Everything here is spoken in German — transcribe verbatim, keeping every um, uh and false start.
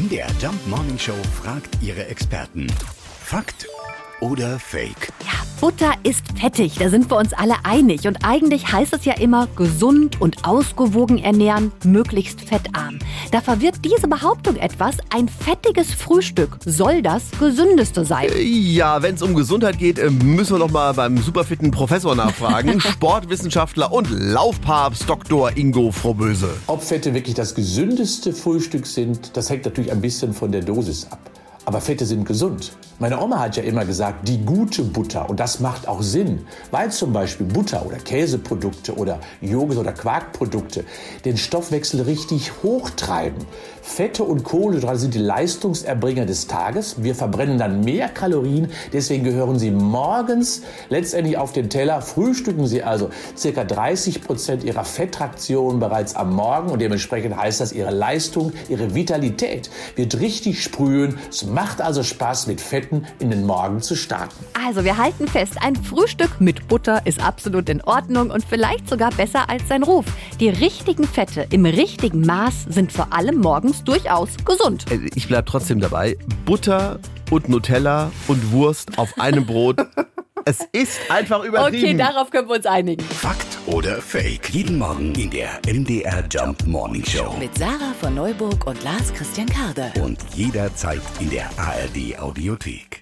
M D R Jump Morning Show fragt ihre Experten. Fakt oder Fake? Ja, Butter ist fettig, da sind wir uns alle einig. Und eigentlich heißt es ja immer, gesund und ausgewogen ernähren, möglichst fettarm. Da verwirrt diese Behauptung etwas. Ein fettiges Frühstück soll das gesündeste sein. Ja, wenn es um Gesundheit geht, müssen wir doch mal beim superfitten Professor nachfragen. Sportwissenschaftler und Laufpapst Doktor Ingo Frohböse. Ob Fette wirklich das gesündeste Frühstück sind, das hängt natürlich ein bisschen von der Dosis ab. Aber Fette sind gesund. Meine Oma hat ja immer gesagt, die gute Butter. Und das macht auch Sinn, weil zum Beispiel Butter oder Käseprodukte oder Joghurt- oder Quarkprodukte den Stoffwechsel richtig hochtreiben. Fette und Kohlenhydrate sind die Leistungserbringer des Tages. Wir verbrennen dann mehr Kalorien. Deswegen gehören sie morgens letztendlich auf den Teller. Frühstücken Sie also ca. dreißig Prozent Ihrer Fettraktion bereits am Morgen. Und dementsprechend heißt das, Ihre Leistung, Ihre Vitalität wird richtig sprühen. Es macht also Spaß, mit Fetten in den Morgen zu starten. Also wir halten fest, ein Frühstück mit Butter ist absolut in Ordnung und vielleicht sogar besser als sein Ruf. Die richtigen Fette im richtigen Maß sind vor allem morgens durchaus gesund. Ich bleib trotzdem dabei. Butter und Nutella und Wurst auf einem Brot. Es ist einfach übertrieben. Okay, darauf können wir uns einigen. Fakt oder Fake? Jeden Morgen in der M D R Jump Morning Show. Mit Sarah von Neuburg und Lars Christian Karde. Und jederzeit in der A R D Audiothek.